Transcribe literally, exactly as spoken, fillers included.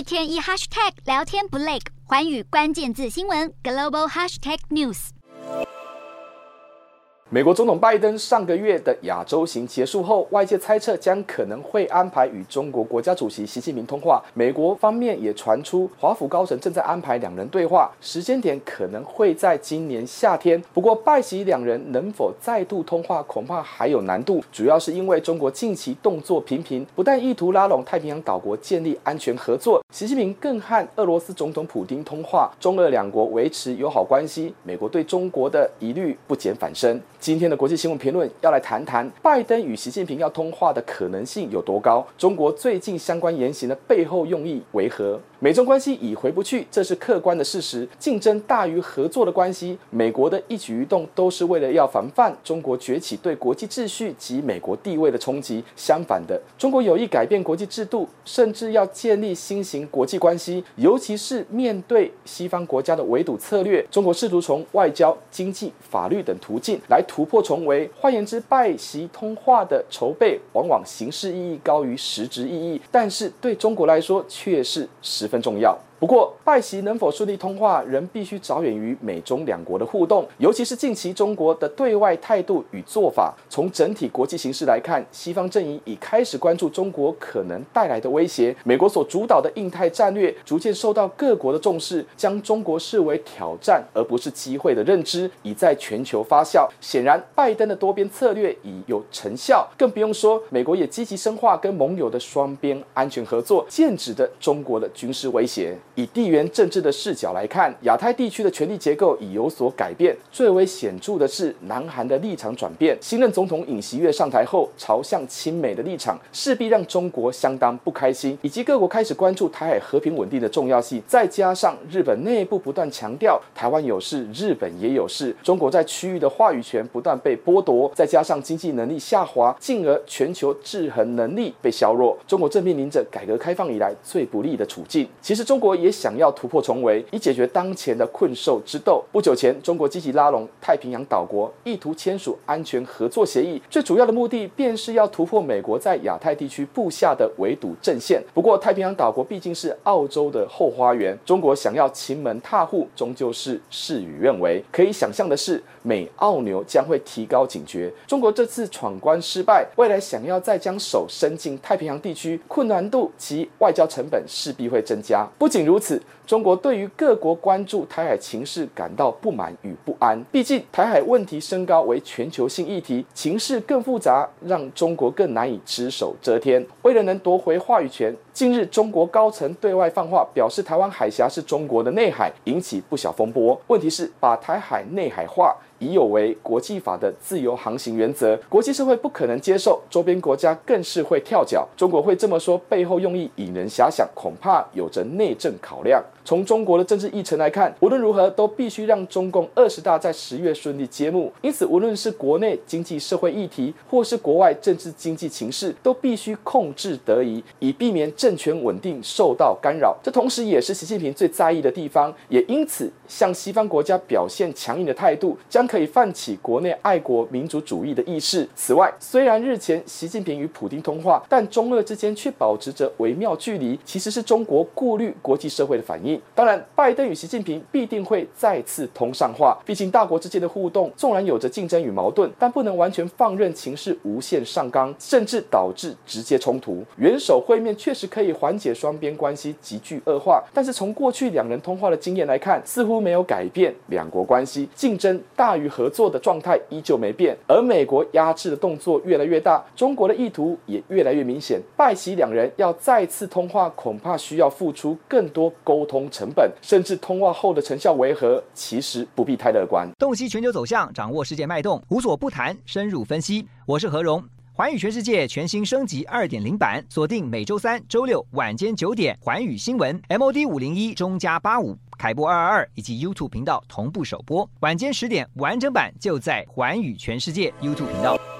天一 hashtag 聊天不累，寰宇关键字新闻 global hashtag news。 美国总统拜登上个月的亚洲行结束后，外界猜测将可能会安排与中国国家主席习近平通话。美国方面也传出华府高层正在安排两人对话，时间点可能会在今年夏天。不过拜习两人能否再度通话，恐怕还有难度，主要是因为中国近期动作频频，不但意图拉拢太平洋岛国建立安全合作，习近平更和俄罗斯总统普丁通话，中俄两国维持友好关系。美国对中国的疑虑不减反升。今天的国际新闻评论要来谈谈拜登与习近平要通话的可能性有多高，中国最近相关言行的背后用意为何？美中关系已回不去，这是客观的事实。竞争大于合作的关系，美国的一举一动都是为了要防范中国崛起对国际秩序及美国地位的冲击。相反的，中国有意改变国际制度，甚至要建立新型国际关系，尤其是面对西方国家的围堵策略，中国试图从外交、经济、法律等途径来突破重围。换言之，拜习通话的筹备往往形式意义高于实质意义，但是对中国来说却是十分重要。不过，拜习能否顺利通话，仍必须着眼于美中两国的互动，尤其是近期中国的对外态度与做法。从整体国际形势来看，西方阵营已开始关注中国可能带来的威胁。美国所主导的印太战略逐渐受到各国的重视，将中国视为挑战而不是机会的认知已在全球发酵。显然，拜登的多边策略已有成效，更不用说美国也积极深化跟盟友的双边安全合作，剑指的中国的军事威胁。以地缘政治的视角来看，亚太地区的权力结构已有所改变。最为显著的是南韩的立场转变。新任总统尹锡悦上台后，朝向亲美的立场势必让中国相当不开心，以及各国开始关注台海和平稳定的重要性。再加上日本内部不断强调台湾有事，日本也有事，中国在区域的话语权不断被剥夺，再加上经济能力下滑，进而全球制衡能力被削弱，中国正面临着改革开放以来最不利的处境。其实中国也也想要突破重围，以解决当前的困兽之斗。不久前，中国积极拉拢太平洋岛国，意图签署安全合作协议，最主要的目的便是要突破美国在亚太地区布下的围堵阵线。不过，太平洋岛国毕竟是澳洲的后花园，中国想要亲门踏户，终究是事与愿违。可以想象的是，美澳牛将会提高警觉。中国这次闯关失败，未来想要再将手伸进太平洋地区，困难度及外交成本势必会增加。不仅如此，中国对于各国关注台海情势感到不满与不安。毕竟台海问题升高为全球性议题，情势更复杂，让中国更难以只手遮天。为了能夺回话语权，近日中国高层对外放话，表示台湾海峡是中国的内海，引起不小风波。问题是，把台海内海化已有违国际法的自由航行原则，国际社会不可能接受，周边国家更是会跳脚。中国会这么说，背后用意引人遐想，恐怕有着内政考量。从中国的政治议程来看，无论如何都必须让中共二十大在十月顺利揭幕。因此，无论是国内经济社会议题，或是国外政治经济情势，都必须控制得宜，以避免政权稳定受到干扰。这同时也是习近平最在意的地方，也因此向西方国家表现强硬的态度，将可以泛起国内爱国民主主义的意识。此外，虽然日前习近平与普丁通话，但中俄之间却保持着微妙距离，其实是中国顾虑国际社会的反应。当然，拜登与习近平必定会再次通上话，毕竟大国之间的互动纵然有着竞争与矛盾，但不能完全放任情势无限上纲，甚至导致直接冲突。元首会面确实可以缓解双边关系急剧恶化，但是从过去两人通话的经验来看，似乎没有改变两国关系竞争大于合作的状态依旧没变，而美国压制的动作越来越大，中国的意图也越来越明显。拜习两人要再次通话，恐怕需要付出更多沟通成本，甚至通话后的成效为何，其实不必太乐观。 洞悉全球走向，掌握世界脉动，无所不谈，深入分析。我是何荣。寰宇全世界全新升级 二点零 版，锁定每周三、周六晚间九点，寰宇新闻 M O D 五零一中加八五。凯播二二二以及 YouTube 频道同步首播，晚间十点完整版就在寰宇全世界 YouTube 频道。